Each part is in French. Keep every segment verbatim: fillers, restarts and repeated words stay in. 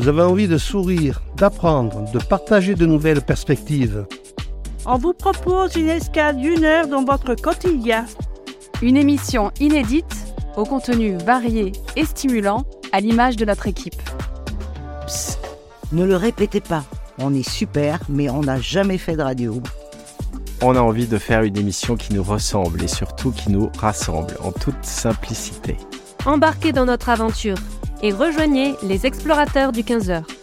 Vous avez envie de sourire, d'apprendre, de partager de nouvelles perspectives. On vous propose une escale d'une heure dans votre quotidien. Une émission inédite, au contenu varié et stimulant, à l'image de notre équipe. Psst, ne le répétez pas. On est super, mais on n'a jamais fait de radio. On a envie de faire une émission qui nous ressemble et surtout qui nous rassemble en toute simplicité. Embarquez dans notre aventure et rejoignez les explorateurs du quinze heures.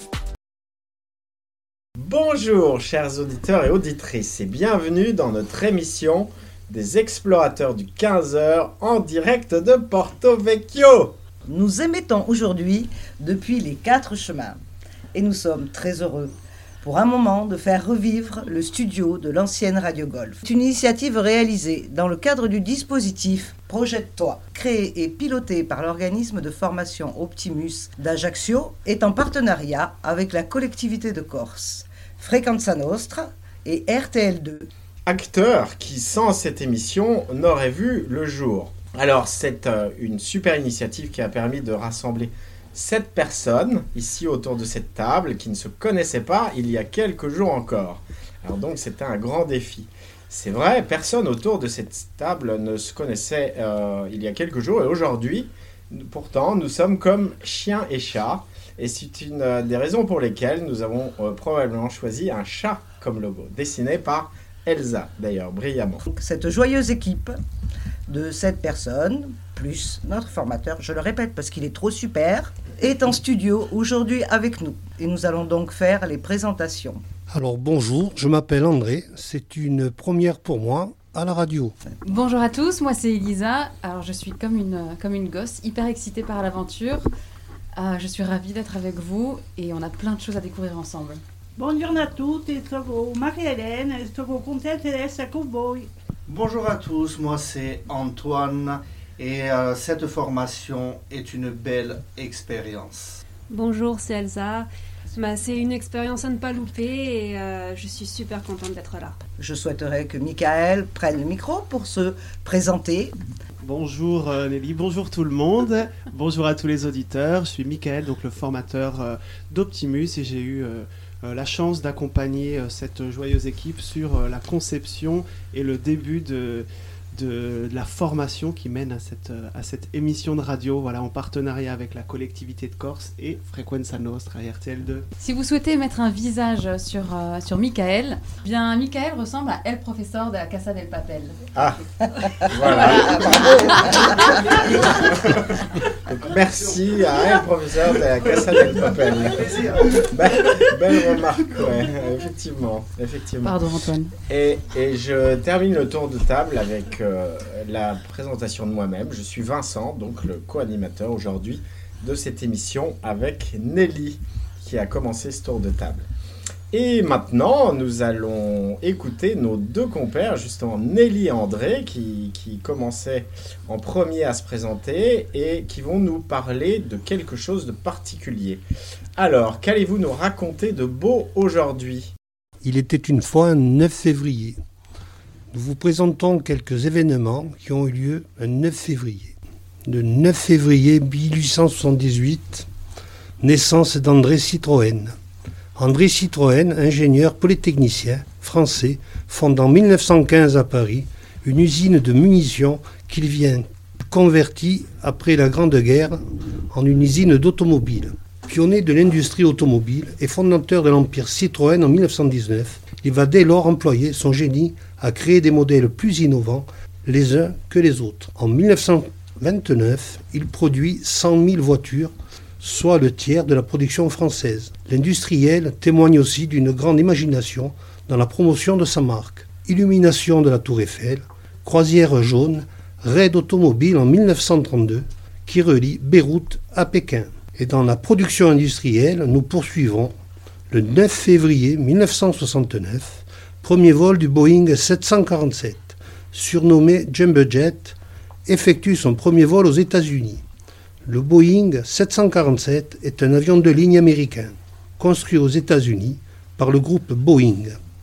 Bonjour chers auditeurs et auditrices et bienvenue dans notre émission des explorateurs du quinze heures en direct de Porto Vecchio. Nous émettons aujourd'hui depuis les quatre chemins et nous sommes très heureux pour un moment de faire revivre le studio de l'ancienne Radio Golf. C'est une initiative réalisée dans le cadre du dispositif Projette-toi, créé et piloté par l'organisme de formation Optimus d'Ajaccio, est en partenariat avec la collectivité de Corse, Frequenza Nostra et R T L deux. Acteurs qui, sans cette émission, n'auraient vu le jour. Alors, c'est euh, une super initiative qui a permis de rassembler sept personnes ici autour de cette table qui ne se connaissaient pas il y a quelques jours encore. Alors donc, c'était un grand défi. C'est vrai, personne autour de cette table ne se connaissait euh, il y a quelques jours et aujourd'hui, pourtant, nous sommes comme chien et chat. Et c'est une euh, des raisons pour lesquelles nous avons euh, probablement choisi un chat comme logo, dessiné par Elsa, d'ailleurs, brillamment. Cette joyeuse équipe de sept personnes, plus notre formateur, je le répète parce qu'il est trop super, est en studio aujourd'hui avec nous. Et nous allons donc faire les présentations. Alors bonjour, je m'appelle André, c'est une première pour moi à la radio. Bonjour à tous, moi c'est Elisa. Alors je suis comme une, comme une gosse, hyper excitée par l'aventure. Euh, je suis ravie d'être avec vous et on a plein de choses à découvrir ensemble. Buongiorno a tutti, sono Maria-Hélène e sono contenta di essere con voi. Bonjour à tous, moi c'est Antoine et euh, cette formation est une belle expérience. Bonjour, c'est Elsa. Bah, c'est une expérience à ne pas louper et euh, je suis super contente d'être là. Je souhaiterais que Michael prenne le micro pour se présenter. Bonjour euh, Nelly, bonjour tout le monde, bonjour à tous les auditeurs. Je suis Michael, donc le formateur euh, d'Optimus et j'ai eu euh, euh, la chance d'accompagner euh, cette joyeuse équipe sur euh, la conception et le début de... De, de la formation qui mène à cette, à cette émission de radio, voilà, en partenariat avec la collectivité de Corse et Frequenza Nostra et R T L deux. Si vous souhaitez mettre un visage sur, euh, sur Michael, bien Michael ressemble à El Professeur de la Casa del Papel. Ah, voilà. Donc, merci à El Professeur de la Casa del Papel. Belle, belle remarque, ouais, effectivement, effectivement. Pardon Antoine. Et, et je termine le tour de table avec euh, la présentation de moi-même. Je suis Vincent, donc le co-animateur aujourd'hui de cette émission avec Nelly qui a commencé ce tour de table. Et maintenant, nous allons écouter nos deux compères, justement Nelly et André, qui, qui commençaient en premier à se présenter et qui vont nous parler de quelque chose de particulier. Alors, qu'allez-vous nous raconter de beau aujourd'hui ? Il était une fois un neuf février. Nous vous présentons quelques événements qui ont eu lieu le neuf février. Le neuf février mille huit cent soixante-dix-huit, naissance d'André Citroën. André Citroën, ingénieur polytechnicien français, fonde en mille neuf cent quinze à Paris une usine de munitions qu'il vient convertie après la Grande Guerre en une usine d'automobile. Pionnier de l'industrie automobile et fondateur de l'empire Citroën en mille neuf cent dix-neuf, il va dès lors employer son génie à créer des modèles plus innovants les uns que les autres. En mille neuf cent vingt-neuf, il produit cent mille voitures, soit le tiers de la production française. L'industriel témoigne aussi d'une grande imagination dans la promotion de sa marque. Illumination de la Tour Eiffel, croisière jaune, raid automobile en mille neuf cent trente-deux qui relie Beyrouth à Pékin. Et dans la production industrielle, nous poursuivons le neuf février mille neuf cent soixante-neuf, premier vol du Boeing sept cent quarante-sept, surnommé Jumbo Jet, effectue son premier vol aux États-Unis. Le Boeing sept cent quarante-sept est un avion de ligne américain, construit aux États-Unis par le groupe Boeing.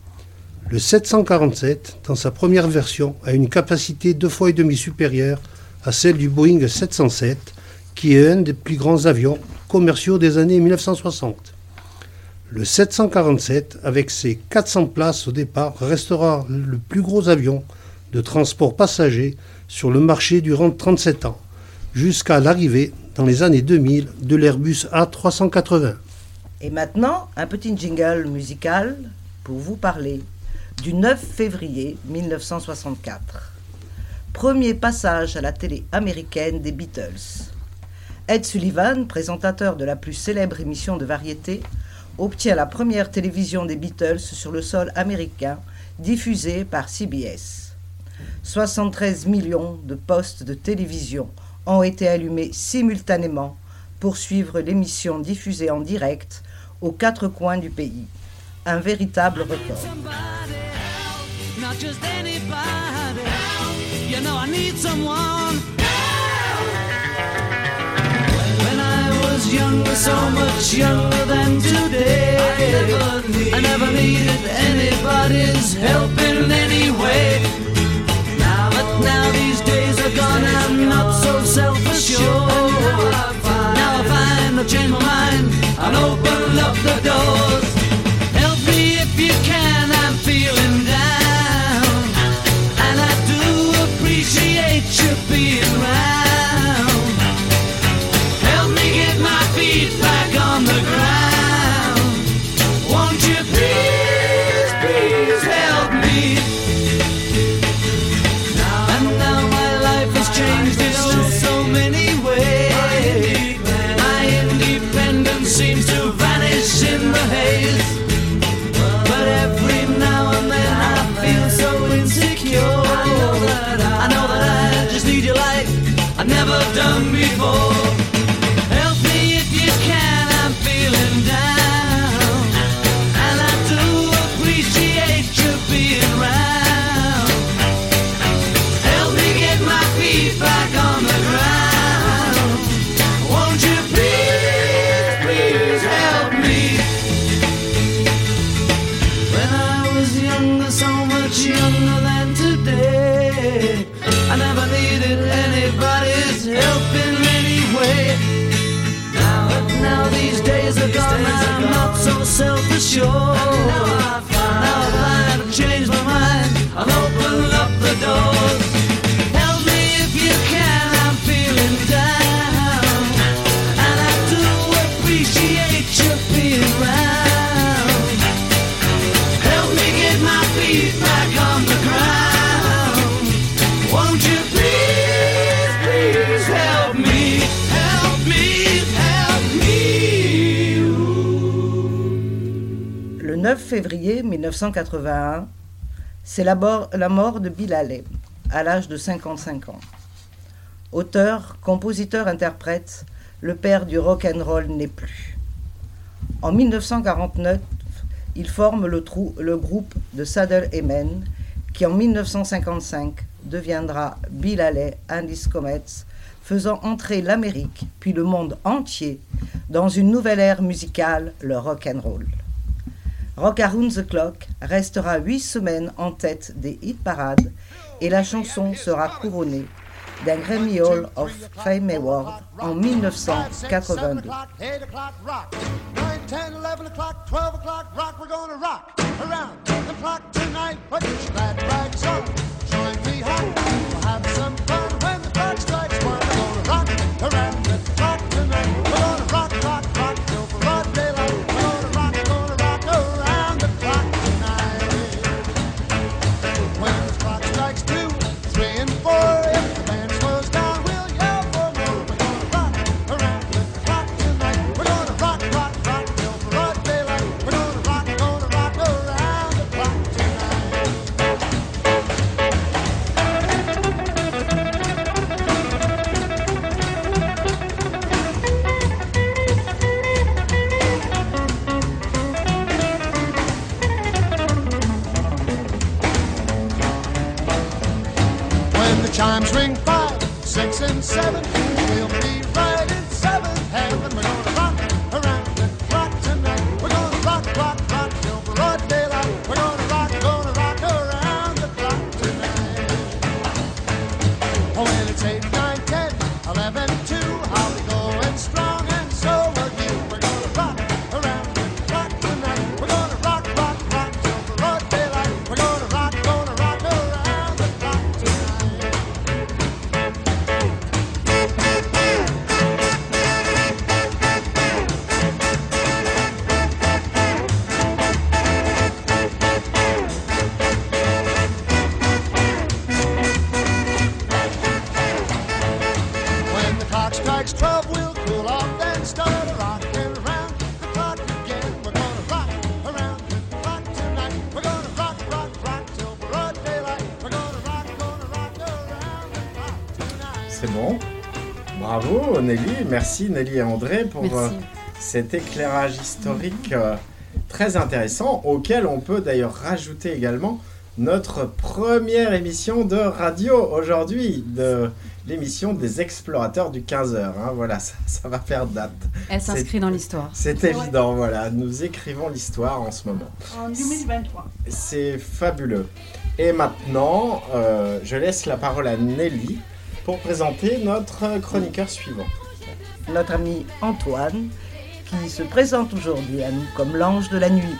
Le sept cent quarante-sept, dans sa première version, a une capacité deux fois et demie supérieure à celle du Boeing sept cent sept, qui est un des plus grands avions commerciaux des années mille neuf cent soixante. Le sept cent quarante-sept, avec ses quatre cents places au départ, restera le plus gros avion de transport passager sur le marché durant trente-sept ans, jusqu'à l'arrivée, dans les années deux mille, de l'Airbus A trois cent quatre-vingts. Et maintenant, un petit jingle musical pour vous parler du neuf février mille neuf cent soixante-quatre. Premier passage à la télé américaine des Beatles. Ed Sullivan, présentateur de la plus célèbre émission de variété, obtient la première télévision des Beatles sur le sol américain, diffusée par C B S. soixante-treize millions de postes de télévision ont été allumés simultanément pour suivre l'émission diffusée en direct aux quatre coins du pays. Un véritable record. Younger, so much younger than today. I never, need, I never needed anybody's help in any way. Now, but now these days are gone, I'm not so self-assured. Now I find, now I find I've changed my mind and open up the doors. Help me if you can, I'm feeling down, and I do appreciate you being around. Feet back on the ground. Won't you please, please help me? Now, and now my life has changed in oh so many ways. My independence seems to vanish in the haze. But every now and then I feel so insecure. I know that I, I, know that I just need you like I've never done before. Younger than today, I never needed anybody's help in any way. Now, but now these days are gone, I'm not so self-assured. Now I find, now I find I've changed my mind, I'll open up the doors. Help me if you can, I'm feeling down, and I do appreciate you being around. Help me get my feet back on the ground. Won't you please, please help me, help me, help me. Le neuf février mille neuf cent quatre-vingt-un, c'est la, mort, la mort de Bill Haley, à l'âge de cinquante-cinq ans. Auteur, compositeur, interprète, le père du rock and roll n'est plus. En mille neuf cent quarante-neuf, il forme le, trou, le groupe de Saddle Amen, qui en mille neuf cent cinquante-cinq deviendra Bill Haley and his Comets, faisant entrer l'Amérique, puis le monde entier, dans une nouvelle ère musicale, le rock and roll. Rock Around the Clock restera huit semaines en tête des hit parades et la chanson sera couronnée d'un Grammy Hall of Fame Award en mille neuf cent quatre-vingt-deux. ten, eleven o'clock, twelve o'clock, rock, we're gonna rock around the clock tonight. Put your glad rags on, join me home. We'll have some fun when the clock strikes one. We're gonna rock around the clock tonight. We're gonna rock, rock, rock till broad daylight. We're gonna rock, gonna rock around the clock tonight. When the clock strikes two, three and four, if the band slows down, we'll yell for more. We're gonna rock around the clock tonight. We're gonna rock, rock, rock. Broad daylight, we're gonna rock, gonna rock around the clock tonight. When the chimes ring five, six, and seven, we'll be right in seventh heaven. We're gonna rock around the clock tonight. We're gonna rock, rock, rock till broad daylight. We're gonna rock, gonna rock around the clock tonight. Oh, when it's eight, nine, ten, eleven, two, I'll be going strong, and so will c'est bon. Bravo Nelly, merci Nelly et André pour euh, cet éclairage historique euh, très intéressant, auquel on peut d'ailleurs rajouter également notre première émission de radio aujourd'hui, de l'émission des explorateurs du quinze heures. Hein, voilà, ça, ça va faire date. Elle s'inscrit c'est, dans l'histoire. C'est évident, ouais. Voilà, nous écrivons l'histoire en ce moment. En deux mille vingt-trois. C'est fabuleux. Et maintenant, euh, je laisse la parole à Nelly pour présenter notre chroniqueur suivant. Notre ami Antoine, qui se présente aujourd'hui à nous comme l'ange de la nuit.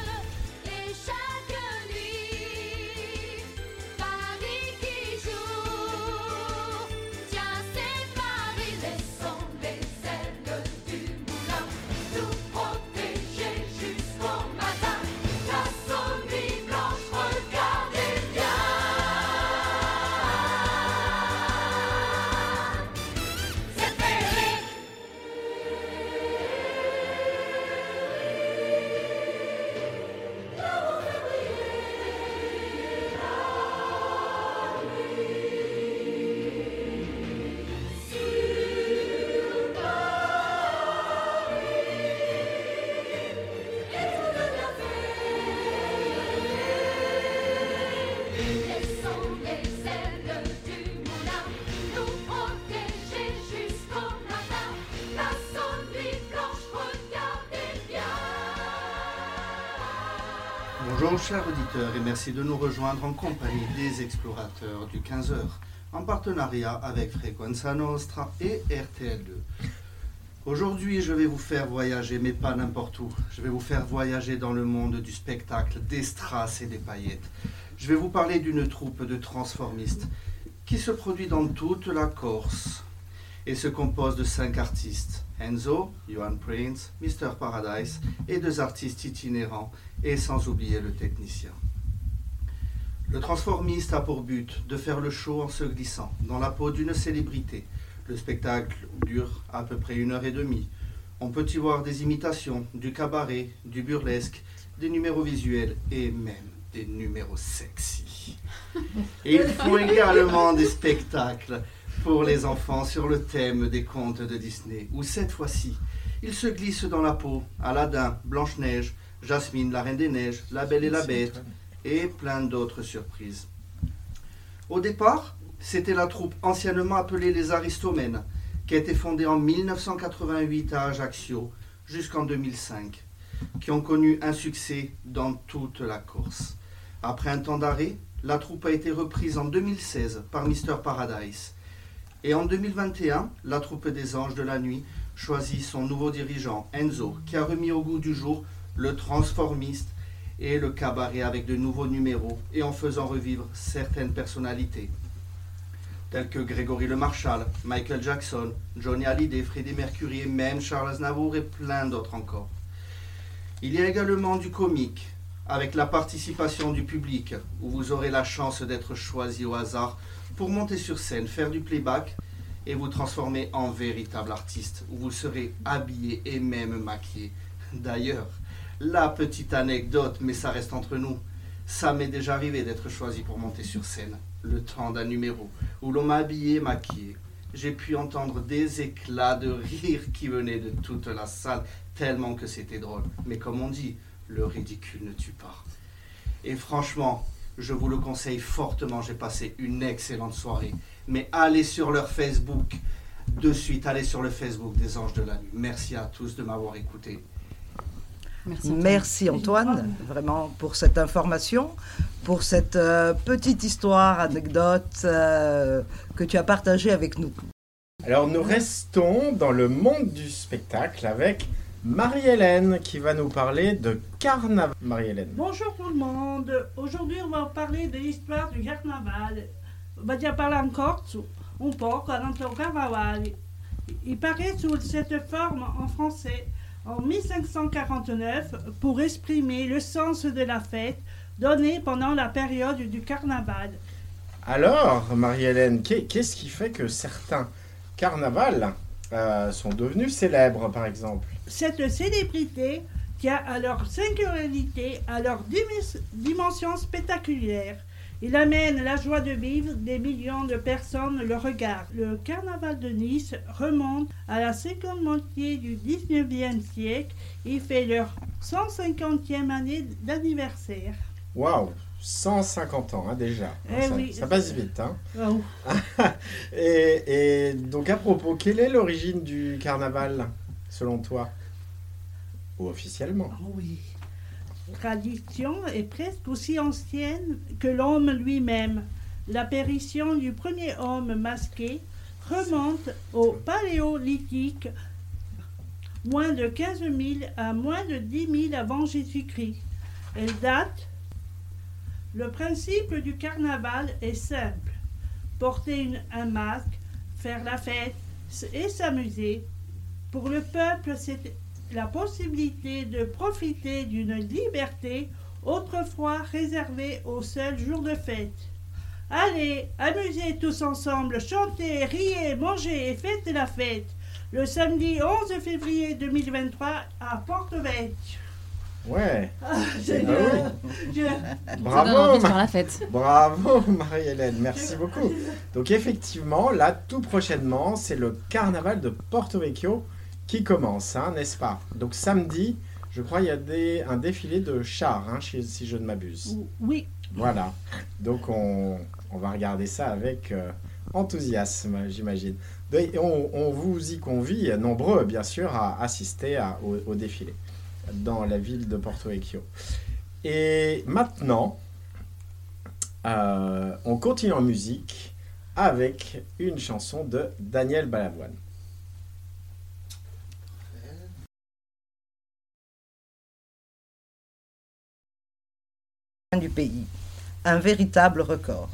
Bonjour chers auditeurs et merci de nous rejoindre en compagnie des explorateurs du quinze heures, en partenariat avec Frequenza Nostra et R T L deux. Aujourd'hui, je vais vous faire voyager, mais pas n'importe où. Je vais vous faire voyager dans le monde du spectacle, des strass et des paillettes. Je vais vous parler d'une troupe de transformistes qui se produit dans toute la Corse et se compose de cinq artistes. Enzo, Johan Prince, Mister Paradise et deux artistes itinérants, et sans oublier le technicien. Le transformiste a pour but de faire le show en se glissant dans la peau d'une célébrité. Le spectacle dure à peu près une heure et demie. On peut y voir des imitations, du cabaret, du burlesque, des numéros visuels et même des numéros sexy. Et ils font également des spectacles pour les enfants sur le thème des contes de Disney, où cette fois-ci, ils se glissent dans la peau Aladdin, Blanche-Neige, Jasmine, la Reine des Neiges, La Belle et la Bête, et plein d'autres surprises. Au départ, c'était la troupe anciennement appelée les Aristomènes, qui a été fondée en mille neuf cent quatre-vingt-huit à Ajaccio jusqu'en deux mille cinq, qui ont connu un succès dans toute la Corse. Après un temps d'arrêt, la troupe a été reprise en deux mille seize par Mister Paradise. Et en deux mille vingt et un, la troupe des Anges de la Nuit choisit son nouveau dirigeant, Enzo, qui a remis au goût du jour le transformiste et le cabaret avec de nouveaux numéros et en faisant revivre certaines personnalités, telles que Grégory Le Marchal, Michael Jackson, Johnny Hallyday, Freddie Mercury et même Charles Aznavour et plein d'autres encore. Il y a également du comique, avec la participation du public, où vous aurez la chance d'être choisi au hasard pour monter sur scène, faire du playback et vous transformer en véritable artiste, où vous serez habillé et même maquillé. D'ailleurs, la petite anecdote, mais ça reste entre nous, ça m'est déjà arrivé d'être choisi pour monter sur scène, le temps d'un numéro, où l'on m'a habillé et maquillé. J'ai pu entendre des éclats de rire qui venaient de toute la salle, tellement que c'était drôle. Mais comme on dit, le ridicule ne tue pas. Et franchement, je vous le conseille fortement, j'ai passé une excellente soirée. Mais allez sur leur Facebook, de suite, allez sur le Facebook des Anges de la Nuit. Merci à tous de m'avoir écouté. Merci Antoine. Merci Antoine, vraiment, pour cette information, pour cette euh, petite histoire, anecdote euh, que tu as partagée avec nous. Alors nous restons dans le monde du spectacle avec Marie-Hélène qui va nous parler de carnaval. Marie-Hélène. Bonjour tout le monde. Aujourd'hui, on va parler de l'histoire du carnaval. Vogliamo parlare en Corse un po' quanto al carnaval. Il paraît sous cette forme en français en mille cinq cent quarante-neuf pour exprimer le sens de la fête donnée pendant la période du carnaval. Alors, Marie-Hélène, qu'est-ce qui fait que certains carnavals euh, sont devenus célèbres, par exemple? Cette célébrité tient à leur singularité, à leur dim- dimension spectaculaire Il amène la joie de vivre, des millions de personnes le regardent. Le carnaval de Nice remonte à la seconde moitié du dix-neuvième siècle et fait leur cent cinquantième année d'anniversaire. Waouh, cent cinquante ans hein, déjà. Eh ça, oui. ça passe vite. Hein. Wow. et, et donc à propos, quelle est l'origine du carnaval selon toi? Ou officiellement? Oh oui. Tradition est presque aussi ancienne que l'homme lui-même. L'apparition du premier homme masqué remonte au Paléolithique, moins de quinze mille à moins de dix mille avant Jésus-Christ. Elle date. Le principe du carnaval est simple. Porter une- un masque, faire la fête et s'amuser. Pour le peuple, c'est la possibilité de profiter d'une liberté autrefois réservée aux seuls jours de fête. Allez, amusez tous ensemble, chantez, riez, mangez et faites la fête. Le samedi onze février deux mille vingt-trois à Porto-Vecchio. Ouais. Ah, Eh ben Génial. oui. Je- Ça donne Bravo, envie de Ma- faire la fête. Bravo Marie-Hélène, merci beaucoup. Donc effectivement, là tout prochainement, c'est le carnaval de Porto Vecchio qui commence, hein, n'est-ce pas? Donc samedi, je crois il y a des, un défilé de chars, hein, si, si je ne m'abuse. Oui. Voilà, donc on, on va regarder ça avec euh, enthousiasme, j'imagine. Et on, on vous y convie, nombreux bien sûr, à assister à- au, au défilé dans la ville de Porto Vecchio. Et maintenant, euh, on continue en musique avec une chanson de Daniel Balavoine. Du pays. Un véritable record.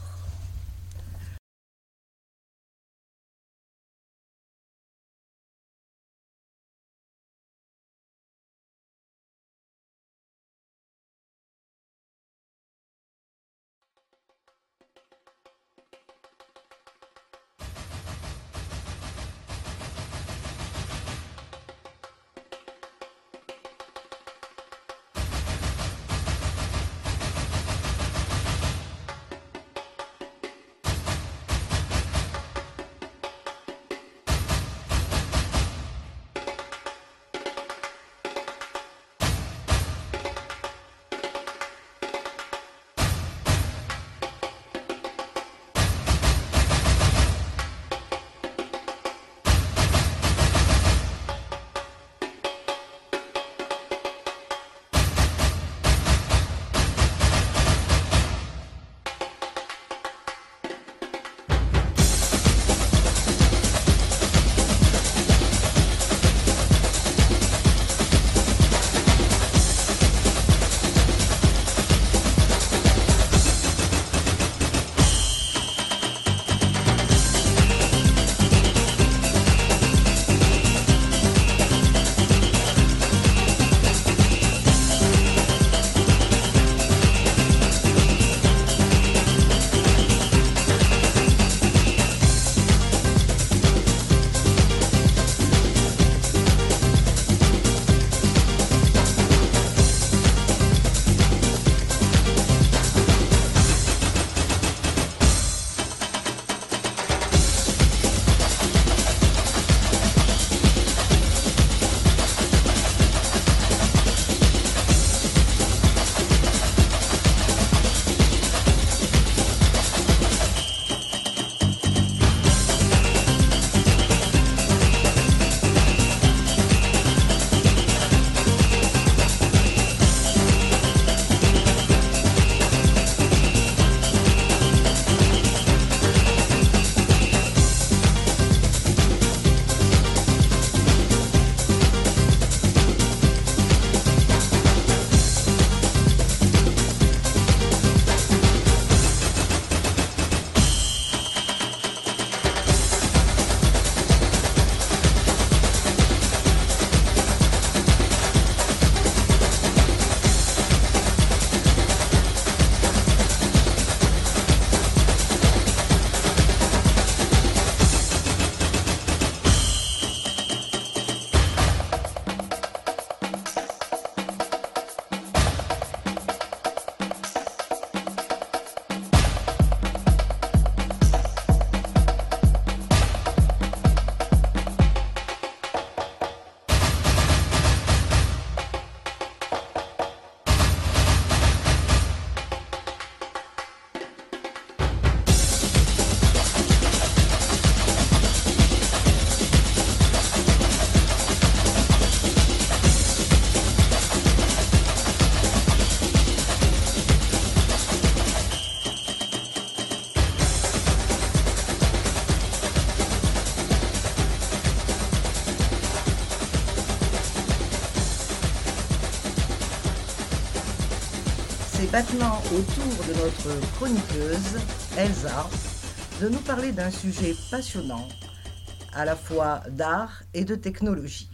C'est maintenant au tour de notre chroniqueuse, Elsa, de nous parler d'un sujet passionnant, à la fois d'art et de technologie.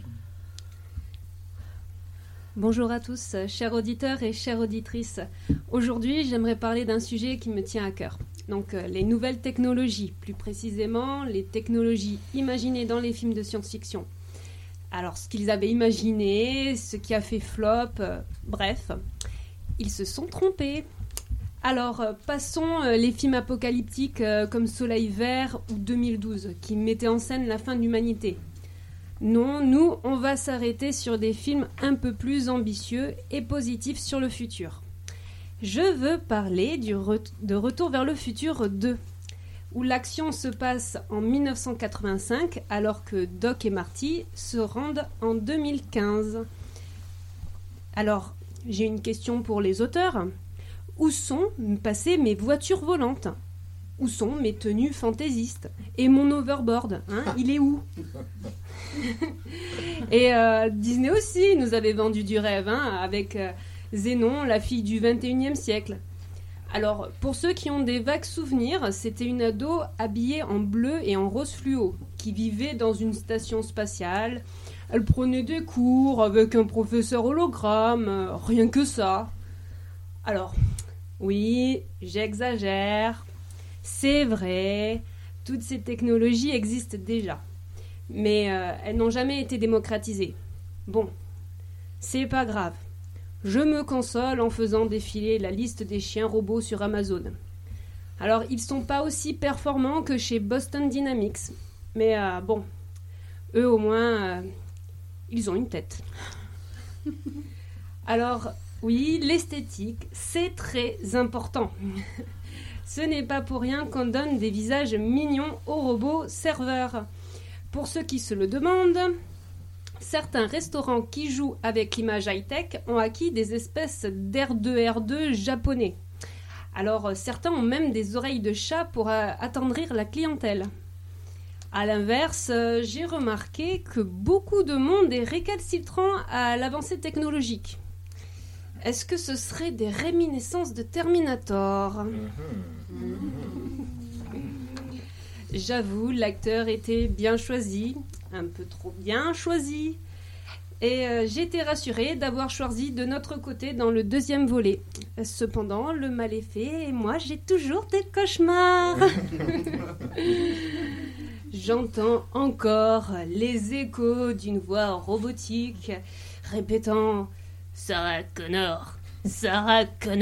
Bonjour à tous, chers auditeurs et chères auditrices. Aujourd'hui, j'aimerais parler d'un sujet qui me tient à cœur. Donc, euh, les nouvelles technologies, plus précisément les technologies imaginées dans les films de science-fiction. Alors, ce qu'ils avaient imaginé, ce qui a fait flop, euh, bref, ils se sont trompés. Alors, euh, passons euh, les films apocalyptiques euh, comme Soleil Vert ou deux mille douze, qui mettaient en scène la fin de l'humanité. Non, nous, on va s'arrêter sur des films un peu plus ambitieux et positifs sur le futur. Je veux parler du re- de Retour vers le futur deux, où l'action se passe en dix-neuf cent quatre-vingt-cinq, alors que Doc et Marty se rendent en deux mille quinze. Alors, j'ai une question pour les auteurs. Où sont passées mes voitures volantes ? Où sont mes tenues fantaisistes ? Et mon overboard, hein, il est où ? Et euh, Disney aussi nous avait vendu du rêve, hein, avec euh, Zénon, la fille du vingt et unième siècle. Alors, pour ceux qui ont des vagues souvenirs, c'était une ado habillée en bleu et en rose fluo, qui vivait dans une station spatiale. Elle prenait des cours avec un professeur hologramme, euh, rien que ça. Alors, oui, j'exagère, c'est vrai, toutes ces technologies existent déjà, mais euh, elles n'ont jamais été démocratisées. Bon, c'est pas grave. Je me console en faisant défiler la liste des chiens robots sur Amazon. Alors, ils sont pas aussi performants que chez Boston Dynamics, mais euh, bon, eux au moins, euh, ils ont une tête. Alors, oui, l'esthétique, c'est très important. Ce n'est pas pour rien qu'on donne des visages mignons aux robots serveurs. Pour ceux qui se le demandent, certains restaurants qui jouent avec l'image high-tech ont acquis des espèces d'R deux R deux japonais. Alors, certains ont même des oreilles de chat pour euh, attendrir la clientèle. À l'inverse, euh, j'ai remarqué que beaucoup de monde est récalcitrant à l'avancée technologique. Est-ce que ce serait des réminiscences de Terminator ? J'avoue, l'acteur était bien choisi, un peu trop bien choisi. Et euh, j'ai été rassurée d'avoir choisi de notre côté dans le deuxième volet. Cependant, le mal est fait et moi, j'ai toujours des cauchemars. J'entends encore les échos d'une voix robotique répétant « Sarah Connor, Sarah Connor !»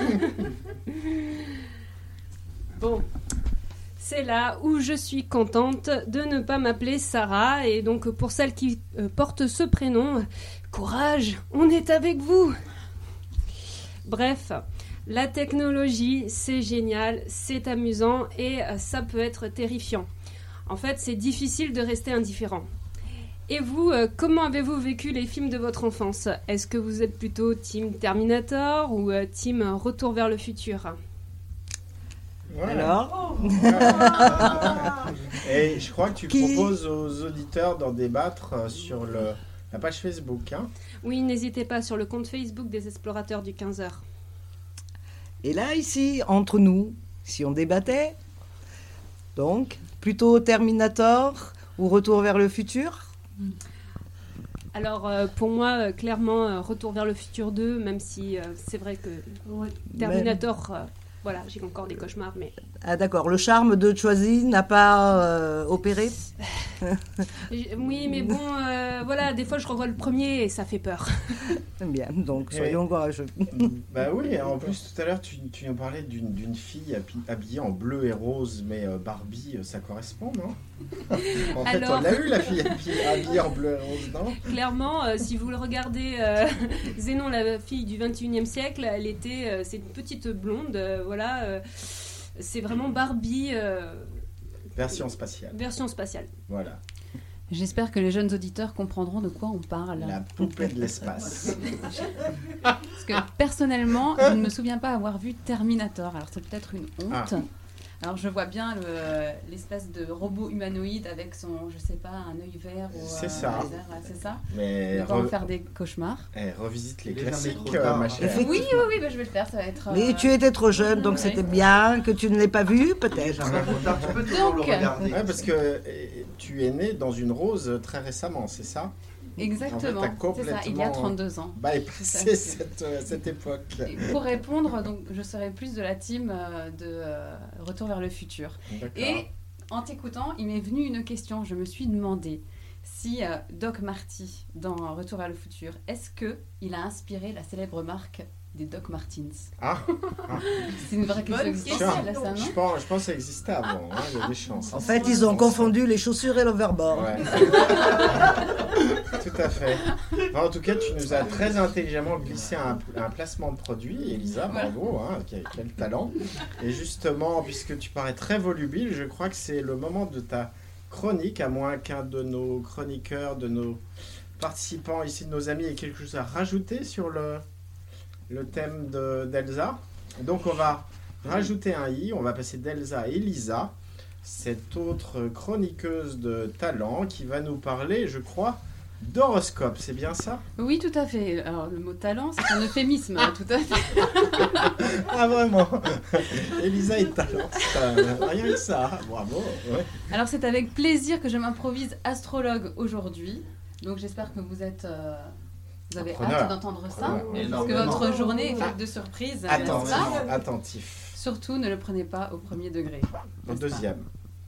Bon, c'est là où je suis contente de ne pas m'appeler Sarah. Et donc, pour celles qui euh, portent ce prénom, courage, on est avec vous. Bref, la technologie, c'est génial, c'est amusant et euh, ça peut être terrifiant. En fait, c'est difficile de rester indifférent. Et vous, euh, comment avez-vous vécu les films de votre enfance ? Est-ce que vous êtes plutôt team Terminator ou euh, team Retour vers le futur ? Ouais. Alors Et je crois que tu Qui... proposes aux auditeurs d'en débattre sur le, la page Facebook. Hein. Oui, n'hésitez pas sur le compte Facebook des Explorateurs du quinze heures. Et là, ici, entre nous, si on débattait, donc, plutôt Terminator ou Retour vers le futur ? Alors, euh, pour moi, euh, clairement, euh, Retour vers le futur deux, même si euh, c'est vrai que Terminator... Euh, Voilà, j'ai encore des cauchemars, mais... Ah d'accord, le charme de Choisy n'a pas euh, opéré. Oui, mais bon, euh, voilà, des fois je revois le premier et ça fait peur. Bien, donc soyons Et... courageux. Bah oui, en plus tout à l'heure tu, tu nous parlais d'une, d'une fille habillée en bleu et rose, mais euh, Barbie, ça correspond, non ? En fait, Alors... on l'a eu la fille habillée, habillée en bleu et rose, non ? Clairement, euh, si vous le regardez, euh, Zénon, la fille du vingt et unième siècle, elle était, euh, c'est une petite blonde, euh, voilà, euh, c'est vraiment Barbie. Euh, version spatiale. Version spatiale. Voilà. J'espère que les jeunes auditeurs comprendront de quoi on parle. La poupée de l'espace. Parce que personnellement, je ne me souviens pas avoir vu Terminator. Alors c'est peut-être une honte. Ah. Alors je vois bien le- l'espèce de robot humanoïde avec son, je sais pas, un œil vert ou C'est euh, ça. un laser, ouais, c'est ça. Mais On va en re- faire des cauchemars. eh, revisite les Les jamais classiques, trop euh, tard. ma chère. Oui, oui, oui, bah, je vais le faire, ça va être... Mais euh, tu étais trop jeune, donc oui. c'était bien que tu ne l'aies pas vu, peut-être. Jamais trop tard, tu peux toujours Donc, le regarder. Ouais, parce que euh, tu es né dans une rose très récemment, c'est ça? Exactement, En fait, t'as c'est ça, il y a complètement- trente-deux ans. Bah, et Tout à c'est fait. cette, euh, cette époque. Et pour répondre, donc, je serai plus de la team euh, de euh, Retour vers le futur. D'accord. Et en t'écoutant, il m'est venu une question. Je me suis demandé si euh, Doc Marty, dans Retour vers le futur, est-ce qu'il a inspiré la célèbre marque des Doc Martens? Ah, C'est une vraie question Bonne existentielle, question. là, ça, non? je pense, je pense que ça existait avant, hein, il y a des chances. En fait, ils ont confondu les chaussures et l'overboard. Ouais. Tout à fait. Enfin, en tout cas, tu nous as très intelligemment glissé un, un placement de produit, Elisa, Voilà. bravo, hein, quel, quel talent. Et justement, puisque tu parais très volubile, je crois que c'est le moment de ta chronique, à moins qu'un de nos chroniqueurs, de nos participants ici, de nos amis, ait quelque chose à rajouter sur le, le thème de- d'Elsa. Donc on va rajouter un i, on va passer d'Elsa à Elisa, cette autre chroniqueuse de talent qui va nous parler, je crois, d'horoscope, c'est bien ça? Oui, tout à fait. Alors, le mot talent, c'est un euphémisme, hein, tout à fait. Ah vraiment? Elisa est talentiste, euh, rien que ça, bravo. Ouais. Alors, c'est avec plaisir que je m'improvise astrologue aujourd'hui. Donc, j'espère que vous êtes... euh, vous avez Preneur. hâte d'entendre ça. Preneur. Parce que Énormément. votre journée est faite de surprises, n'est-ce Attentif, pas? attentif. Surtout, ne le prenez pas au premier degré. Au n'est-ce pas? deuxième.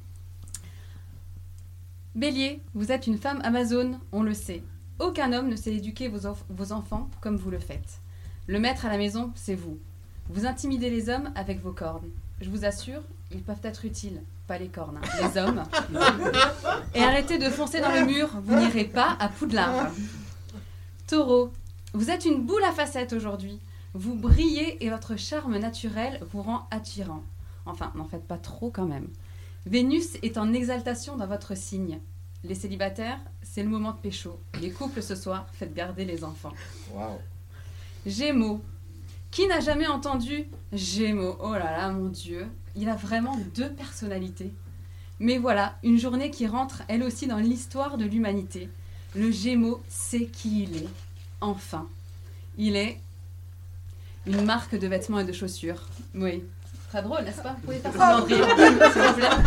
Bélier, vous êtes une femme Amazone, on le sait. Aucun homme ne sait éduquer vos, enf- vos enfants comme vous le faites. Le maître à la maison, c'est vous. Vous intimidez les hommes avec vos cornes. Je vous assure, ils peuvent être utiles, pas les cornes, hein, les hommes. Et arrêtez de foncer dans le mur, vous n'irez pas à Poudlard. Taureau, vous êtes une boule à facettes aujourd'hui. Vous brillez et votre charme naturel vous rend attirant. Enfin, n'en faites pas trop quand même. Vénus est en exaltation dans votre signe. Les célibataires, c'est le moment de pécho. Les couples ce soir, faites garder les enfants. Waouh. Gémeaux. Qui n'a jamais entendu Gémeaux? Oh là là, mon Dieu. Il a vraiment deux personnalités. Mais voilà, une journée qui rentre elle aussi dans l'histoire de l'humanité. Le Gémeaux sait qui il est. Enfin. Il est une marque de vêtements et de chaussures. Oui. Très drôle, n'est-ce pas? Vous pouvez faire semblant de rire, s'il vous plaît.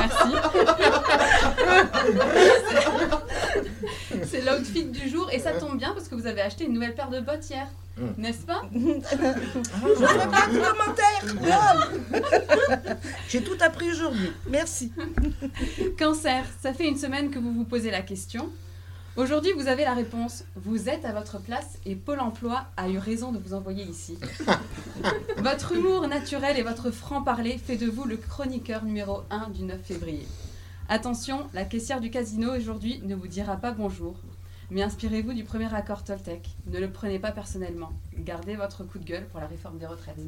Merci. C'est l'outfit du jour et ça tombe bien parce que vous avez acheté une nouvelle paire de bottes hier, Mm. n'est-ce pas? Je ne ferai pas de commentaire. Non. J'ai tout appris aujourd'hui. Merci. Cancer, ça fait une semaine que vous vous posez la question. Aujourd'hui, vous avez la réponse. Vous êtes à votre place et Pôle emploi a eu raison de vous envoyer ici. Votre humour naturel et votre franc-parler fait de vous le chroniqueur numéro un du neuf février. Attention, la caissière du casino aujourd'hui ne vous dira pas bonjour. Mais inspirez-vous du premier accord Toltec. Ne le prenez pas personnellement. Gardez votre coup de gueule pour la réforme des retraites.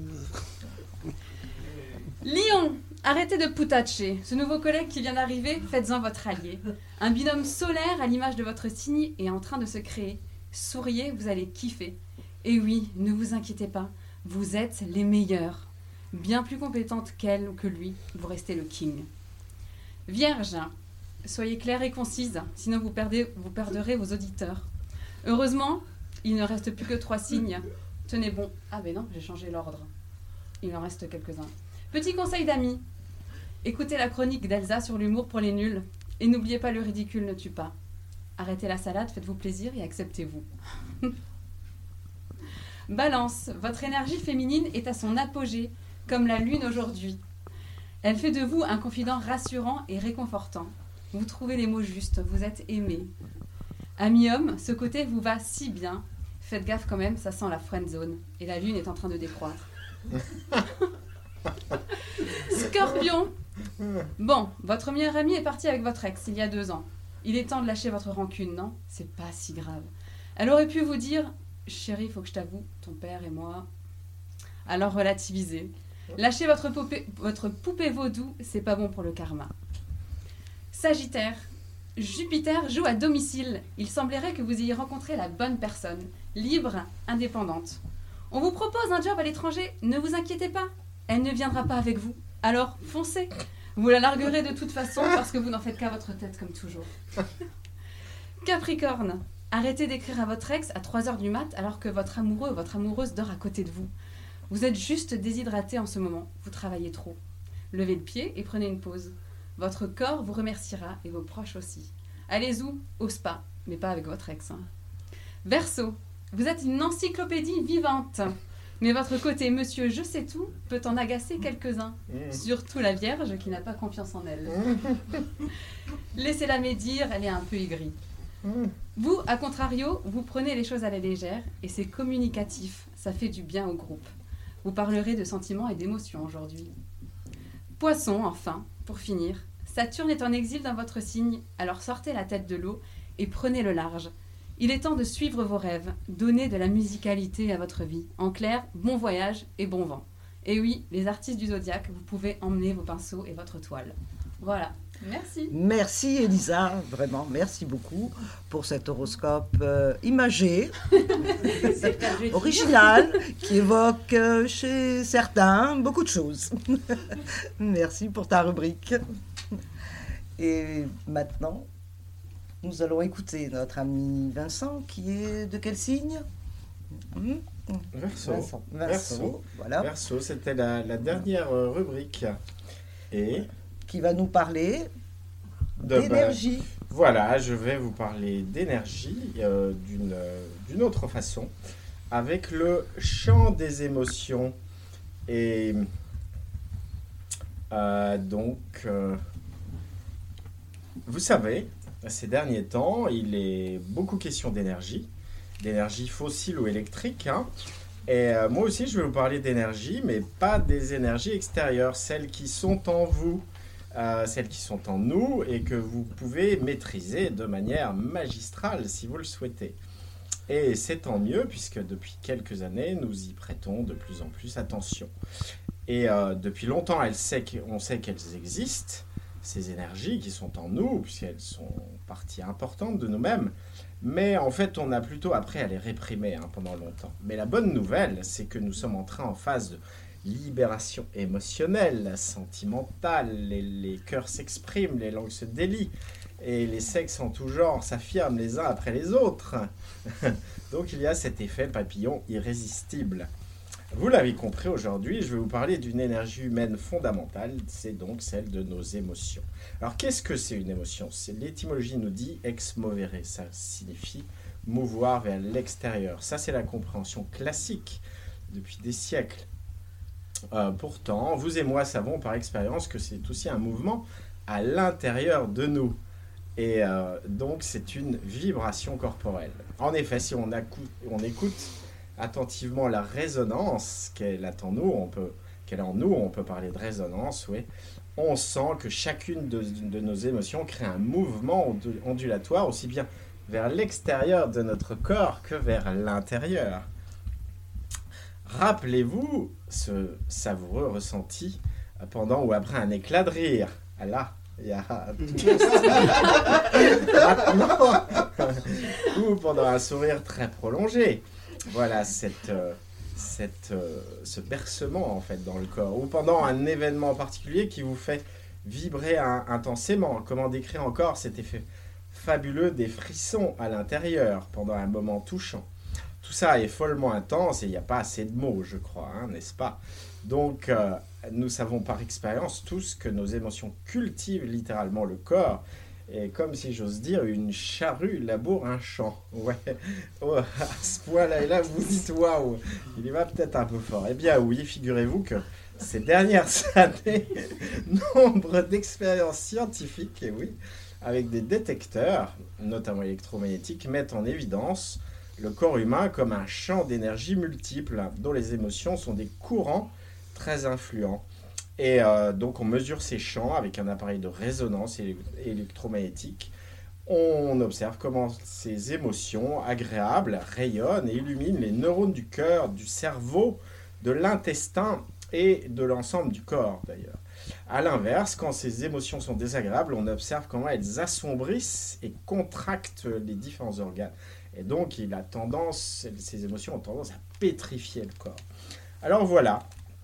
Lion, arrêtez de poutacher. Ce nouveau collègue qui vient d'arriver, faites-en votre allié. Un binôme solaire à l'image de votre signe est en train de se créer. Souriez, vous allez kiffer. Et oui, ne vous inquiétez pas, vous êtes les meilleurs. Bien plus compétente qu'elle ou que lui, vous restez le king. Vierge, soyez claire et concise, sinon vous, perdez, vous perdrez vos auditeurs. Heureusement, il ne reste plus que trois signes. Tenez bon. Ah ben non, j'ai changé l'ordre. Il en reste quelques-uns. Petit conseil d'amis. Écoutez la chronique d'Elsa sur l'humour pour les nuls. Et n'oubliez pas, le ridicule ne tue pas. Arrêtez la salade, faites-vous plaisir et acceptez-vous. Balance, votre énergie féminine est à son apogée, comme la lune aujourd'hui. Elle fait de vous un confident rassurant et réconfortant. Vous trouvez les mots justes, vous êtes aimé. Ami homme, ce côté vous va si bien. Faites gaffe quand même, ça sent la friend zone. Et la lune est en train de décroître. Scorpion. Bon, votre meilleur ami est parti avec votre ex il y a deux ans. Il est temps de lâcher votre rancune, non? C'est pas si grave. Elle aurait pu vous dire « Chérie, faut que je t'avoue, ton père et moi... » Alors relativisez. Lâchez votre poupée, votre poupée vaudou, c'est pas bon pour le karma. Sagittaire. Jupiter joue à domicile. Il semblerait que vous ayez rencontré la bonne personne, libre, indépendante. On vous propose un job à l'étranger, ne vous inquiétez pas. Elle ne viendra pas avec vous, Alors, foncez. Vous la larguerez de toute façon parce que vous n'en faites qu'à votre tête comme toujours. Capricorne, arrêtez d'écrire à votre ex à trois heures du mat alors que votre amoureux ou votre amoureuse dort à côté de vous. Vous êtes juste déshydraté en ce moment, vous travaillez trop. Levez le pied et prenez une pause. Votre corps vous remerciera et vos proches aussi. Allez où? Au spa, mais pas avec votre ex. Hein. Verseau, vous êtes une encyclopédie vivante. Mais votre côté monsieur je sais tout peut en agacer quelques-uns. Mmh. Surtout la Vierge qui n'a pas confiance en elle. Mmh. Laissez-la médire, elle est un peu aigrie. Mmh. Vous, à contrario, vous prenez les choses à la légère et c'est communicatif, ça fait du bien au groupe. Vous parlerez de sentiments et d'émotions aujourd'hui. Poisson, enfin, pour finir. Saturne est en exil dans votre signe, alors sortez la tête de l'eau et prenez le large. Il est temps de suivre vos rêves, donner de la musicalité à votre vie. En clair, bon voyage et bon vent. Et oui, les artistes du Zodiaque, vous pouvez emmener vos pinceaux et votre toile. Voilà, merci. Merci Elisa, vraiment, merci beaucoup pour cet horoscope euh, imagé, original, qui évoque euh, chez certains beaucoup de choses. Merci pour ta rubrique. Et maintenant, nous allons écouter notre ami Vincent, qui est de quel signe? mmh Verseau. Vincent. Verseau. Verseau. Voilà. Verseau, c'était la, la dernière euh, rubrique. Et qui va nous parler de, d'énergie. Bah, voilà, je vais vous parler d'énergie euh, d'une, euh, d'une autre façon, avec le chant des émotions. Et euh, donc, euh, vous savez, ces derniers temps, il est beaucoup question d'énergie, d'énergie fossile ou électrique. Hein. Et euh, moi aussi, je vais vous parler d'énergie, mais pas des énergies extérieures, celles qui sont en vous, euh, celles qui sont en nous et que vous pouvez maîtriser de manière magistrale si vous le souhaitez. Et c'est tant mieux, puisque depuis quelques années, nous y prêtons de plus en plus attention. Et euh, depuis longtemps, elle sait on sait qu'elles existent, ces énergies qui sont en nous, puisqu'elles sont partie importante de nous-mêmes. Mais en fait, on a plutôt appris à les réprimer hein, pendant longtemps. Mais la bonne nouvelle, c'est que nous sommes entrés en phase de libération émotionnelle, sentimentale. Les, les cœurs s'expriment, les langues se délient. Et les sexes en tout genre s'affirment les uns après les autres. Donc il y a cet effet papillon irrésistible. Vous l'avez compris, aujourd'hui, je vais vous parler d'une énergie humaine fondamentale, c'est donc celle de nos émotions. Alors qu'est-ce que c'est une émotion? C'est, l'étymologie nous dit ex movere, ça signifie mouvoir vers l'extérieur. Ça c'est la compréhension classique depuis des siècles. Euh, pourtant, vous et moi savons par expérience que c'est aussi un mouvement à l'intérieur de nous. Et euh, donc, c'est une vibration corporelle. En effet, si on, accoute, on écoute attentivement la résonance qu'elle a en nous, on peut, qu'elle a en nous, on peut parler de résonance, oui. On sent que chacune de, de nos émotions crée un mouvement ondulatoire, aussi bien vers l'extérieur de notre corps que vers l'intérieur. Rappelez-vous ce savoureux ressenti pendant ou après un éclat de rire. Ah là, il y a ou pendant un sourire très prolongé. Voilà cette, euh, cette, euh, ce bercement en fait dans le corps. Ou pendant un événement particulier qui vous fait vibrer un, intensément. Comment décrire encore cet effet fabuleux des frissons à l'intérieur pendant un moment touchant. Tout ça est follement intense et il n'y a pas assez de mots, je crois, hein, n'est-ce pas? Donc, euh, nous savons par expérience tous que nos émotions cultivent littéralement le corps. Et comme si j'ose dire, une charrue laboure un champ. Ouais, oh, à ce point-là, et là, vous dites, waouh, il y va peut-être un peu fort. Eh bien oui, figurez-vous que ces dernières années, nombre d'expériences scientifiques, et oui, avec des détecteurs, notamment électromagnétiques, mettent en évidence le corps humain comme un champ d'énergie multiple, dont les émotions sont des courants très influents. Et euh, donc on mesure ces champs avec un appareil de résonance électromagnétique. On observe comment ces émotions agréables rayonnent et illuminent les neurones du cœur, du cerveau, de l'intestin et de l'ensemble du corps d'ailleurs. A l'inverse, quand ces émotions sont désagréables, on observe comment elles assombrissent et contractent les différents organes. Et donc il a tendance, ces émotions ont tendance à pétrifier le corps. Alors voilà.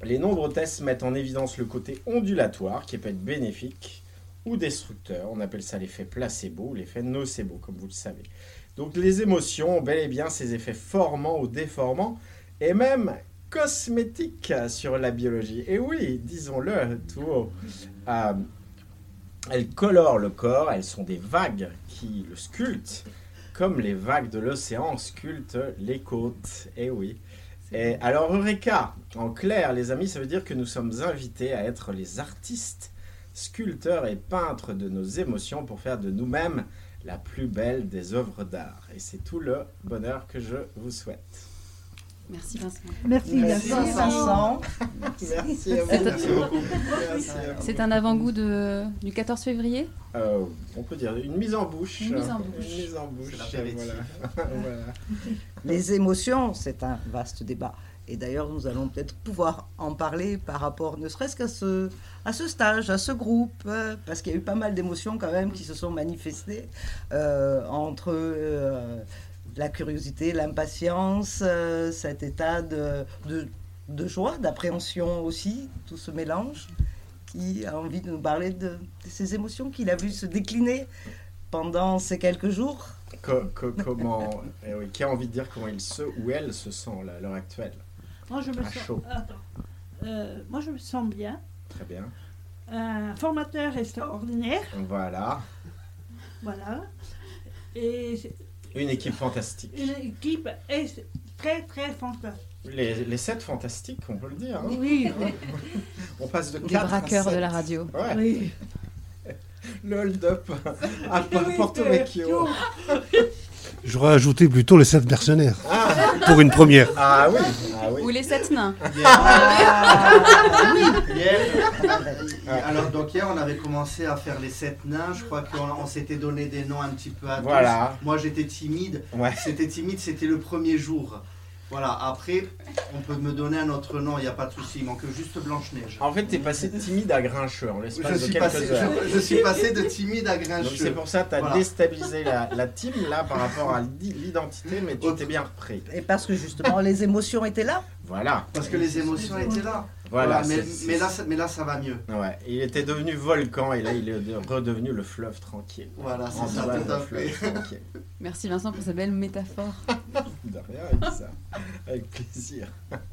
Les nombreux tests mettent en évidence le côté ondulatoire qui peut être bénéfique ou destructeur. On appelle ça l'effet placebo ou l'effet nocebo, comme vous le savez. Donc les émotions ont bel et bien ces effets formants ou déformants et même cosmétiques sur la biologie. Et oui, disons-le tout haut. Euh, elles colorent le corps, elles sont des vagues qui le sculptent, comme les vagues de l'océan sculptent les côtes. Et oui. Et alors, Eureka, en clair, les amis, ça veut dire que nous sommes invités à être les artistes, sculpteurs et peintres de nos émotions pour faire de nous-mêmes la plus belle des œuvres d'art. Et c'est tout le bonheur que je vous souhaite. Merci Vincent. Merci, Merci Vincent. Merci à vous. C'est- Merci beaucoup. Merci à vous. C'est un avant-goût de, du quatorze février. Euh, on peut dire une mise en bouche. Une mise en bouche. Une mise en bouche. C'est l'apéritif. Voilà. Voilà. Les émotions, c'est un vaste débat. Et d'ailleurs, nous allons peut-être pouvoir en parler par rapport, ne serait-ce qu'à ce, à ce stage, à ce groupe, euh, parce qu'il y a eu pas mal d'émotions quand même qui se sont manifestées euh, entre euh, la curiosité, l'impatience, euh, cet état de, de, de joie, d'appréhension aussi, tout ce mélange. Qui a envie de nous parler de, de ces émotions qu'il a vu se décliner pendant ces quelques jours? Co- co- comment, eh oui, qui a envie de dire comment il se ou elle se sent là, à l'heure actuelle? Moi, je me À sens... chaud. Attends. Euh, moi, je me sens bien. Très bien. Un formateur extraordinaire. Voilà. Voilà. Et c'est Une équipe fantastique. une équipe est très, très fantastique. Les, les sept fantastiques, on peut le dire. Hein. Oui, On passe de Des quatre à braqueurs sept. de la radio. Ouais. oui. Le hold-up à Porto Vecchio. J'aurais ajouté plutôt les sept mercenaires, Ah, pour une première. ah oui. Ah oui. Ou les sept nains. Hier, alors donc hier on avait commencé à faire les sept nains, je crois qu'on on s'était donné des noms un petit peu à tous. Voilà. Moi j'étais timide, Ouais. c'était timide, c'était le premier jour. Voilà, après on peut me donner un autre nom, il n'y a pas de souci, il manque juste Blanche-Neige. En fait, t'es passé timide à grincheux en Je l'espace de suis, quelques passé, heures. je, je suis passé de timide à Donc grincheux. c'est pour ça que tu as Voilà. déstabilisé la, la team là par rapport à l'i- l'identité, mais tu t'es bien repris. Et parce que justement, les émotions étaient là. Voilà. Parce que les émotions étaient là. Voilà. mais, c'est- mais, là, ça- mais là ça va mieux. Ouais, il était devenu volcan et là il est de- redevenu le fleuve tranquille. Voilà, c'est ça, Antoine, tout à le fleuve fait. tranquille. Merci Vincent pour cette belle métaphore. De rien, avec ça. Avec plaisir.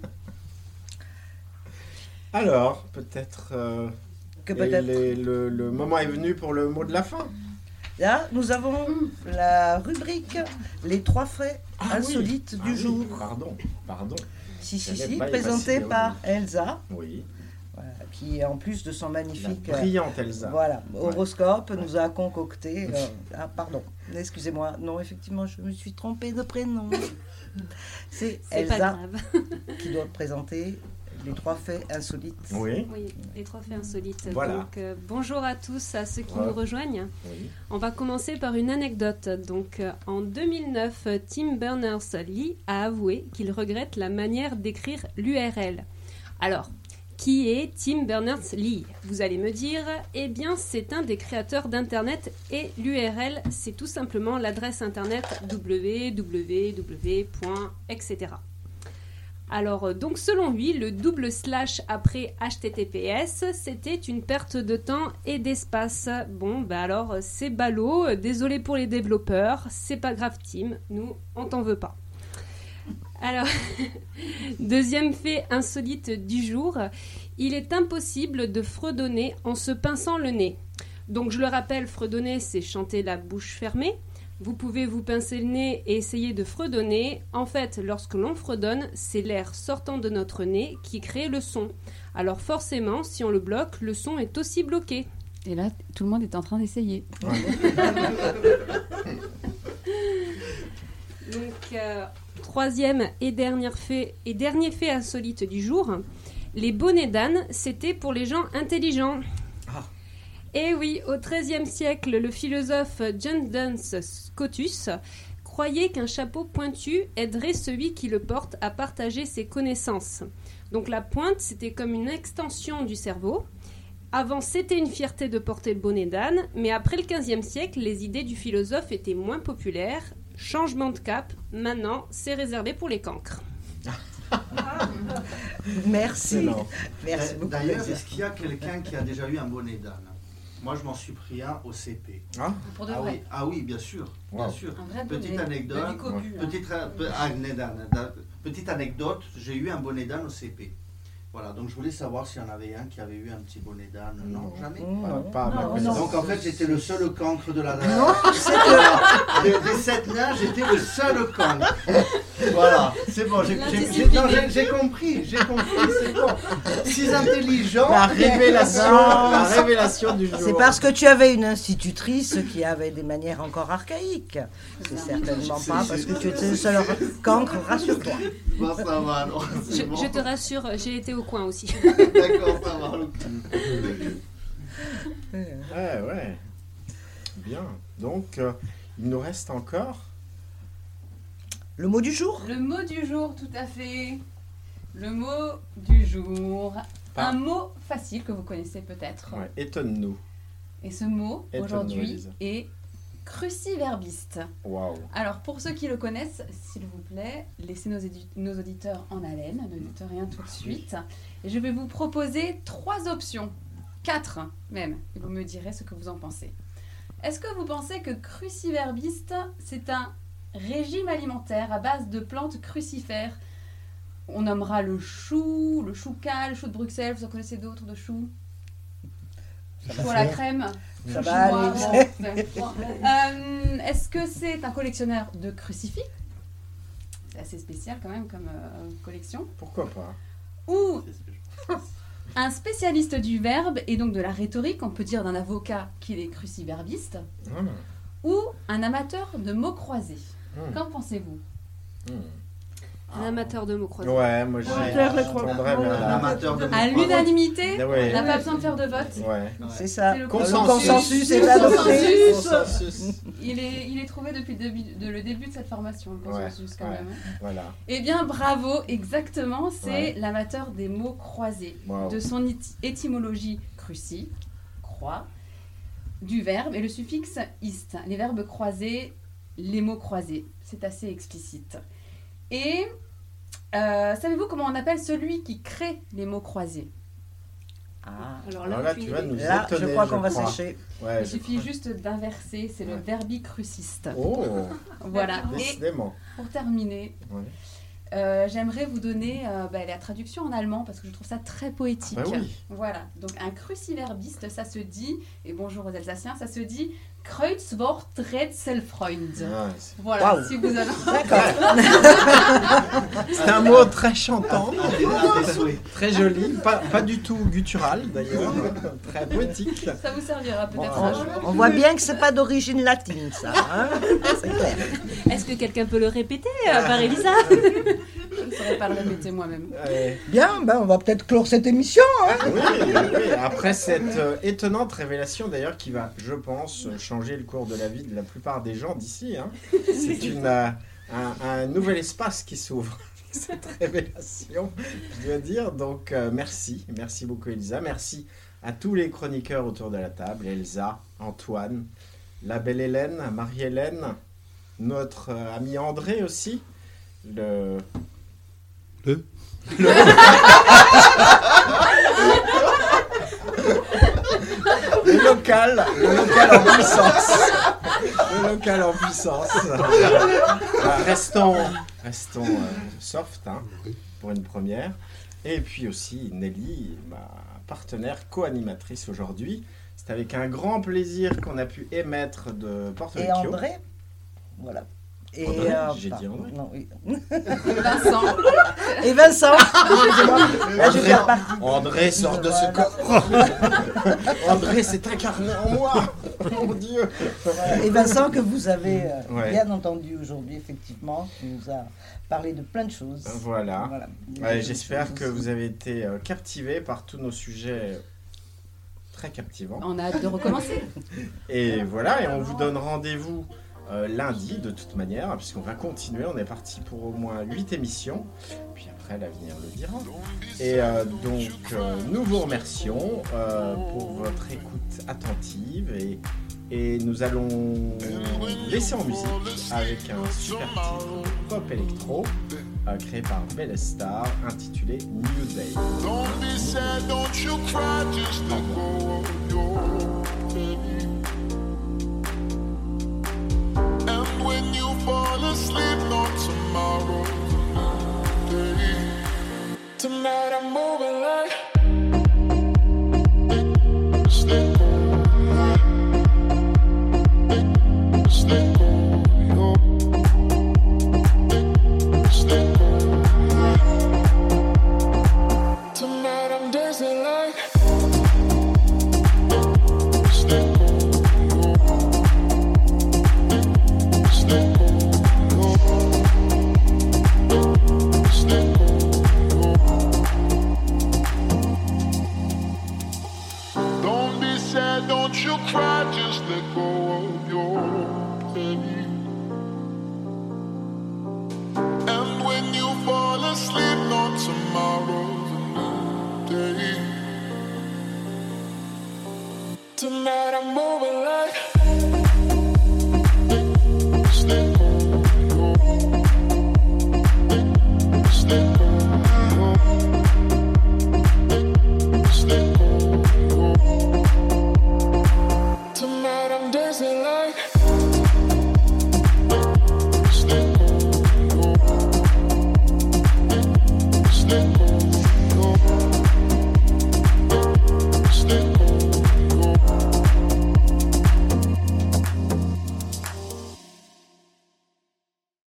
Alors, peut-être euh, Que et peut-être. les- le, le moment est venu pour le mot de la fin. Là, nous avons la rubrique Les trois faits Ah oui. insolites Ah du oui, jour. Pardon, pardon. Si, si, J'allais si, pas y présentée passer, par oui. Elsa, Oui, voilà, qui en plus de son la magnifique euh, brillante Elsa. voilà, Ouais. horoscope, nous a concocté. euh, ah, pardon, excusez-moi. Non, effectivement, je me suis trompée de prénom. C'est C'est pas Elsa grave. qui doit présenter les trois faits insolites. Oui, Oui, les trois faits insolites. Voilà. Donc, euh, bonjour à tous, à ceux qui Ouais. nous rejoignent. oui. On va commencer par une anecdote. Donc, euh, en deux mille neuf, euh, Tim Berners-Lee a avoué qu'il regrette la manière d'écrire l'U R L. Alors, qui est Tim Berners-Lee? Vous allez me dire, eh bien, c'est un des créateurs d'Internet et l'U R L, c'est tout simplement l'adresse Internet w w w point et cetera. Alors, euh, donc selon lui, le double slash après H T T P S, c'était une perte de temps et d'espace. Bon, bah alors, euh, c'est ballot, euh, désolé pour les développeurs, c'est pas grave Tim, nous, on t'en veut pas. Alors, deuxième fait insolite du jour, il est impossible de fredonner en se pinçant le nez. Donc je le rappelle, fredonner, c'est chanter la bouche fermée. Vous pouvez vous pincer le nez et essayer de fredonner. En fait, lorsque l'on fredonne, c'est l'air sortant de notre nez qui crée le son. Alors forcément, si on le bloque, le son est aussi bloqué. Et là, tout le monde est en train d'essayer. Donc, euh, troisième et, dernière fait, et dernier fait insolite du jour, les bonnets d'âne, c'était pour les gens intelligents. Ah. Et oui, au treizième siècle, le philosophe John Duns Scotus croyait qu'un chapeau pointu aiderait celui qui le porte à partager ses connaissances. Donc la pointe, c'était comme une extension du cerveau. Avant, c'était une fierté de porter le bonnet d'âne, mais après le quinzième siècle, les idées du philosophe étaient moins populaires. Changement de cap, maintenant, c'est réservé pour les cancres. Merci. Excellent. Merci Euh, beaucoup. D'ailleurs, Elsa. est-ce qu'il y a quelqu'un qui a déjà eu un bonnet d'âne? Moi, je m'en suis pris un au C P. Ah, Pour de Ah vrai. oui, ah oui, bien sûr, bien Wow. sûr. Un vrai Petite bonnet. anecdote, De Nicobu, hein. petite, ra- pe- ah, bonnet d'âne, da- petite anecdote, j'ai eu un bonnet d'âne au C P. Voilà, donc je voulais savoir s'il y en avait un qui avait eu un petit bonnet d'âne. Non, Non. jamais. Non. pas à ma Non, connaissance. Donc en fait, j'étais le seul cancre de la Non, c'est que- Voilà. Des, des sept nains, j'étais le seul cancre. Voilà, c'est bon, j'ai j'ai- j'ai- non, j'ai- j'ai compris, j'ai compris, c'est bon. Si intelligent. La révélation, la révélation du jour. C'est parce que tu avais une institutrice qui avait des manières encore archaïques. C'est certainement pas parce que tu étais le seul cancre, rassure-toi. Bon, ça va alors. Je, c'est bon. je te rassure, j'ai été au coin aussi. D'accord, ça va. ok. Ouais, ouais. Bien. Donc, euh, il nous reste encore. Le mot du jour? Le mot du jour, tout à fait. Le mot du jour. Pas- Un mot facile que vous connaissez peut-être. Ouais, étonne-nous. Et ce mot, Étonne-nous, aujourd'hui, Elisa. est cruciverbiste. Waouh. Alors, pour ceux qui le connaissent, s'il vous plaît, laissez nos, édu- nos auditeurs en haleine, ne dites rien tout de suite. Et je vais vous proposer trois options, quatre même, et vous me direz ce que vous en pensez. Est-ce que vous pensez que cruciverbiste, c'est un régime alimentaire à base de plantes crucifères? On nommera le chou, le chouca, le chou de Bruxelles, vous en connaissez d'autres de choux? Chou à la crème. Ça chou va chinois, aller. bon, c'est- bon. Euh, Est-ce que c'est un collectionneur de crucifix? C'est assez spécial quand même comme euh, collection. Pourquoi pas? Ou un spécialiste du verbe et donc de la rhétorique, on peut dire d'un avocat qu'il est cruciverbiste, Ah, ou un amateur de mots croisés. hmm, Qu'en pensez-vous? hmm. Un amateur de mots croisés. Ouais, moi j'ai Amateur de je tendrais croisés. vers Un la- amateur de À l'unanimité, Ah ouais. on n'a pas besoin de faire de vote. Ouais. C'est ça. C'est le Le consensus. consensus est Le adopté. Consensus. Il est, il est trouvé depuis le début, de- le début de cette formation, le consensus quand ouais. même. Voilà. Eh bien, bravo, exactement, c'est Ouais. l'amateur des mots croisés. Wow. De son éti- étymologie cruci, croix, du verbe et le suffixe ist. Les verbes croisés, les mots croisés. C'est assez explicite. Et euh, savez-vous comment on appelle celui qui crée les mots croisés? Ah, Alors Alors là, là, aucune tu vas idée. nous là, je étonner, crois qu'on va crois. sécher. Ouais, Il je suffit crois. juste d'inverser, c'est le Ouais. verbicruciste. Oh, Voilà. Et décidément. pour terminer, Ouais. euh, j'aimerais vous donner euh, bah, la traduction en allemand parce que je trouve ça très poétique. Bah oui. Voilà, donc un cruciverbiste, ça se dit, et bonjour aux Alsaciens, ça se dit Kreuzworträtselfreund. Ah, c'est- Voilà, Waouh. si vous avez... c'est un mot très chantant, À tes- à tes souhaits. très joli, pas, pas du tout guttural d'ailleurs, très poétique. Ça vous servira peut-être On, un jour. on voit bien que c'est pas d'origine latine, ça. Hein, c'est clair. Est-ce que quelqu'un peut le répéter euh, par Elisa? Je ne saurais pas le répéter moi-même. Ouais. Bien, ben on va peut-être clore cette émission. Hein. Oui, oui, oui. Après cette euh, étonnante révélation d'ailleurs qui va, je pense, euh, changer le cours de la vie de la plupart des gens d'ici. Hein. C'est une, euh, un, un nouvel espace qui s'ouvre. Cette révélation, je dois dire. Donc euh, merci, merci beaucoup Elsa. Merci à tous les chroniqueurs autour de la table. Elsa, Antoine, la belle Hélène, Marie-Hélène, notre euh, ami André aussi. Le... Le Le local, le local en puissance. Le local en puissance. Bah, restons restons euh, soft hein, pour une première. Et puis aussi Nelly, ma partenaire co-animatrice aujourd'hui. C'est avec un grand plaisir qu'on a pu émettre de Porto Et Vecchio. André, voilà. Et André, euh, j'ai dit pardon, André. non, oui. Vincent, Et Vincent, excusez-moi, là je André, fais partie. André sort de ce corps. André s'est incarné en moi. Mon Dieu. Et Vincent que vous avez euh, Ouais. bien entendu aujourd'hui, effectivement, qui nous a parlé de plein de choses. Voilà. Voilà. Ouais, j'espère que vous avez été euh, captivés par tous nos sujets très captivants. on a hâte de recommencer. Et voilà, et on vous donne rendez-vous euh, lundi de toute manière, puisqu'on va continuer. On est parti pour au moins huit émissions. Puis après, l'avenir le dira. Et euh, donc, euh, nous vous remercions euh, pour votre écoute attentive. Et, et nous allons vous laisser en musique avec un super titre pop électro. euh, créé par Bellestar, intitulé New Day. Don't be sad, don't you cry, just let go of your baby. And when you fall asleep, not to